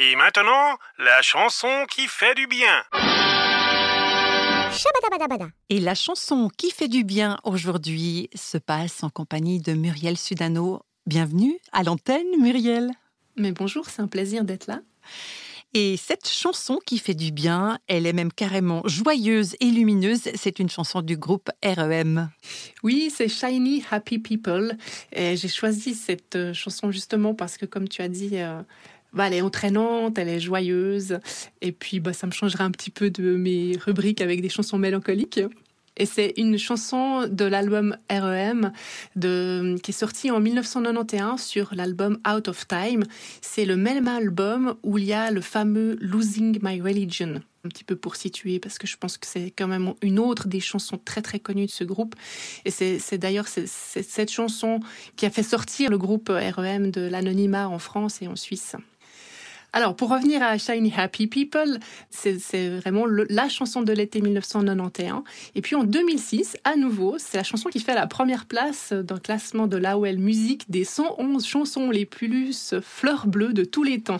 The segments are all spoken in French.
Et maintenant, la chanson qui fait du bien. Shabadabadabada. Et la chanson qui fait du bien aujourd'hui se passe en compagnie de Muriel Sudano. Bienvenue à l'antenne, Muriel. Mais bonjour, c'est un plaisir d'être là. Et cette chanson qui fait du bien, elle est même carrément joyeuse et lumineuse. C'est une chanson du groupe REM. Oui, c'est Shiny Happy People. Et j'ai choisi cette chanson justement parce que, comme tu as dit, elle est entraînante, elle est joyeuse. Et puis, ça me changerait un petit peu de mes rubriques avec des chansons mélancoliques. Et c'est une chanson de l'album REM qui est sorti en 1991 sur l'album Out of Time. C'est le même album où il y a le fameux Losing My Religion. Un petit peu pour situer, parce que je pense que c'est quand même une autre des chansons très très connues de ce groupe. Et c'est d'ailleurs cette chanson qui a fait sortir le groupe REM de l'anonymat en France et en Suisse. Alors, pour revenir à Shiny Happy People, c'est vraiment la chanson de l'été 1991. Et puis en 2006, à nouveau, c'est la chanson qui fait la première place dans le classement de l'AOL Musique des 111 chansons les plus fleurs bleues de tous les temps.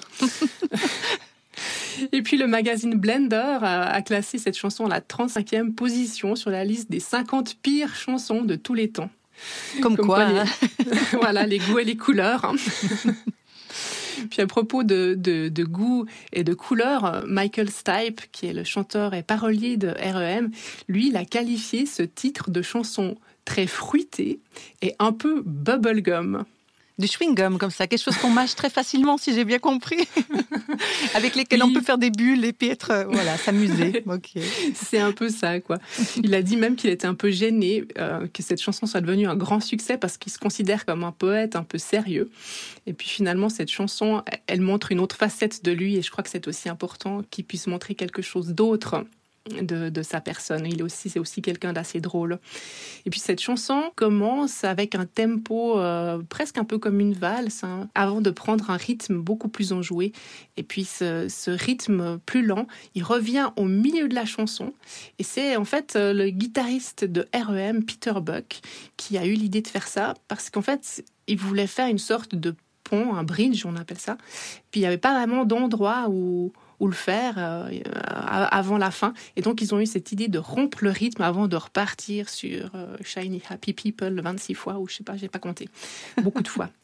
Et puis le magazine Blender a classé cette chanson à la 35e position sur la liste des 50 pires chansons de tous les temps. Comme quoi, Voilà, les goûts et les couleurs. Puis à propos de goût et de couleur, Michael Stipe, qui est le chanteur et parolier de REM, lui, il a qualifié ce titre de chanson très fruitée et un peu bubblegum. du chewing-gum comme ça, quelque chose qu'on mâche très facilement, si j'ai bien compris, avec lesquels on peut faire des bulles et puis s'amuser. Okay. C'est un peu ça, quoi. Il a dit même qu'il était un peu gêné que cette chanson soit devenue un grand succès parce qu'il se considère comme un poète un peu sérieux. Et puis finalement, cette chanson, elle montre une autre facette de lui et je crois que c'est aussi important qu'il puisse montrer quelque chose d'autre de sa personne. C'est aussi quelqu'un d'assez drôle. Et puis cette chanson commence avec un tempo presque un peu comme une valse, avant de prendre un rythme beaucoup plus enjoué. Et puis ce rythme plus lent, il revient au milieu de la chanson. Et c'est en fait le guitariste de REM, Peter Buck, qui a eu l'idée de faire ça parce qu'en fait, il voulait faire une sorte de pont, un bridge, on appelle ça. Puis il n'y avait pas vraiment d'endroit où le faire avant la fin. Et donc, ils ont eu cette idée de rompre le rythme avant de repartir sur Shiny Happy People 26 fois, ou je sais pas, j'ai pas compté. Beaucoup de fois.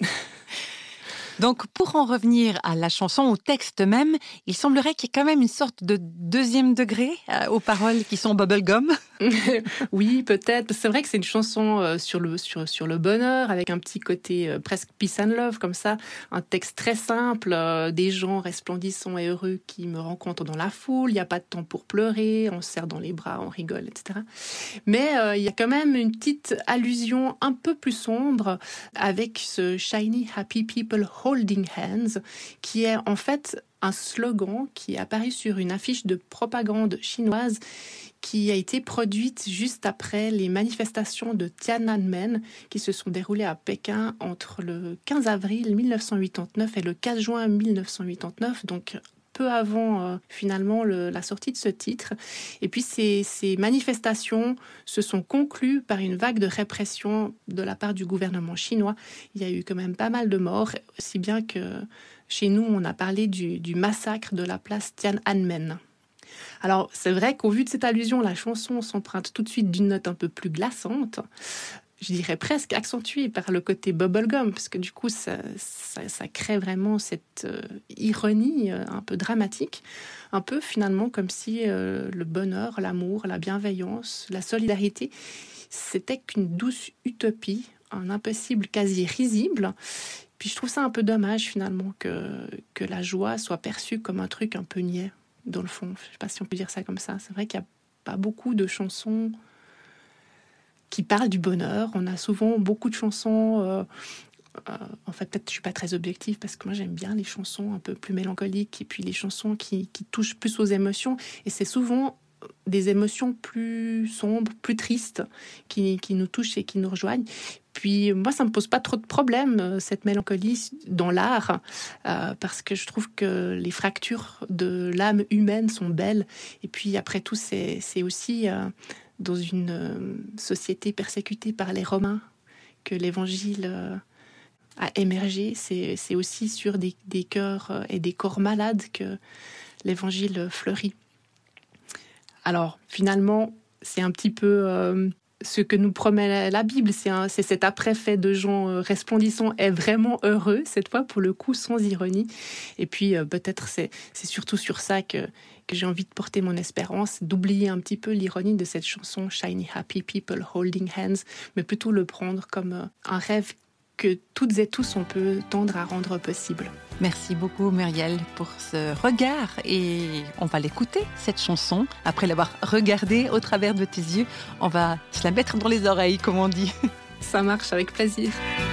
Donc, pour en revenir à la chanson, au texte même, il semblerait qu'il y ait quand même une sorte de deuxième degré aux paroles qui sont bubblegum. Oui, peut-être. C'est vrai que c'est une chanson sur le bonheur, avec un petit côté presque peace and love, comme ça. Un texte très simple, des gens resplendissants et heureux qui me rencontrent dans la foule. Il n'y a pas de temps pour pleurer, on se serre dans les bras, on rigole, etc. Mais il y a quand même une petite allusion un peu plus sombre avec ce Shiny Happy People Holding Hands, qui est en fait un slogan qui est apparu sur une affiche de propagande chinoise qui a été produite juste après les manifestations de Tiananmen qui se sont déroulées à Pékin entre le 15 avril 1989 et le 4 juin 1989, donc peu avant finalement la sortie de ce titre. Et puis ces manifestations se sont conclues par une vague de répression de la part du gouvernement chinois. Il y a eu quand même pas mal de morts, si bien que chez nous, on a parlé du massacre de la place Tiananmen. Alors, c'est vrai qu'au vu de cette allusion, la chanson s'emprunte tout de suite d'une note un peu plus glaçante, je dirais presque accentuée par le côté bubblegum, parce que du coup, ça crée vraiment cette ironie un peu dramatique, un peu finalement comme si le bonheur, l'amour, la bienveillance, la solidarité, c'était qu'une douce utopie, un impossible quasi risible. Puis je trouve ça un peu dommage finalement que la joie soit perçue comme un truc un peu niais, dans le fond. Je ne sais pas si on peut dire ça comme ça. C'est vrai qu'il n'y a pas beaucoup de chansons qui parlent du bonheur. On a souvent beaucoup de chansons... en fait, peut-être que je ne suis pas très objective parce que moi, j'aime bien les chansons un peu plus mélancoliques et puis les chansons qui touchent plus aux émotions. Et c'est souvent des émotions plus sombres, plus tristes qui nous touchent et qui nous rejoignent. Puis moi, ça me pose pas trop de problèmes, cette mélancolie dans l'art, parce que je trouve que les fractures de l'âme humaine sont belles. Et puis après tout, c'est aussi dans une société persécutée par les Romains que l'Évangile émerger. C'est aussi sur des cœurs et des corps malades que l'évangile fleurit. Alors, finalement, c'est un petit peu ce que nous promet la Bible. C'est cet après-fait de gens resplendissants et vraiment heureux, cette fois, pour le coup, sans ironie. Et puis, peut-être, c'est surtout sur ça que j'ai envie de porter mon espérance, d'oublier un petit peu l'ironie de cette chanson « Shiny Happy People Holding Hands », mais plutôt le prendre comme un rêve que toutes et tous on peut tendre à rendre possible. Merci beaucoup Muriel pour ce regard et on va l'écouter, cette chanson. Après l'avoir regardée au travers de tes yeux, on va se la mettre dans les oreilles, comme on dit. Ça marche, avec plaisir.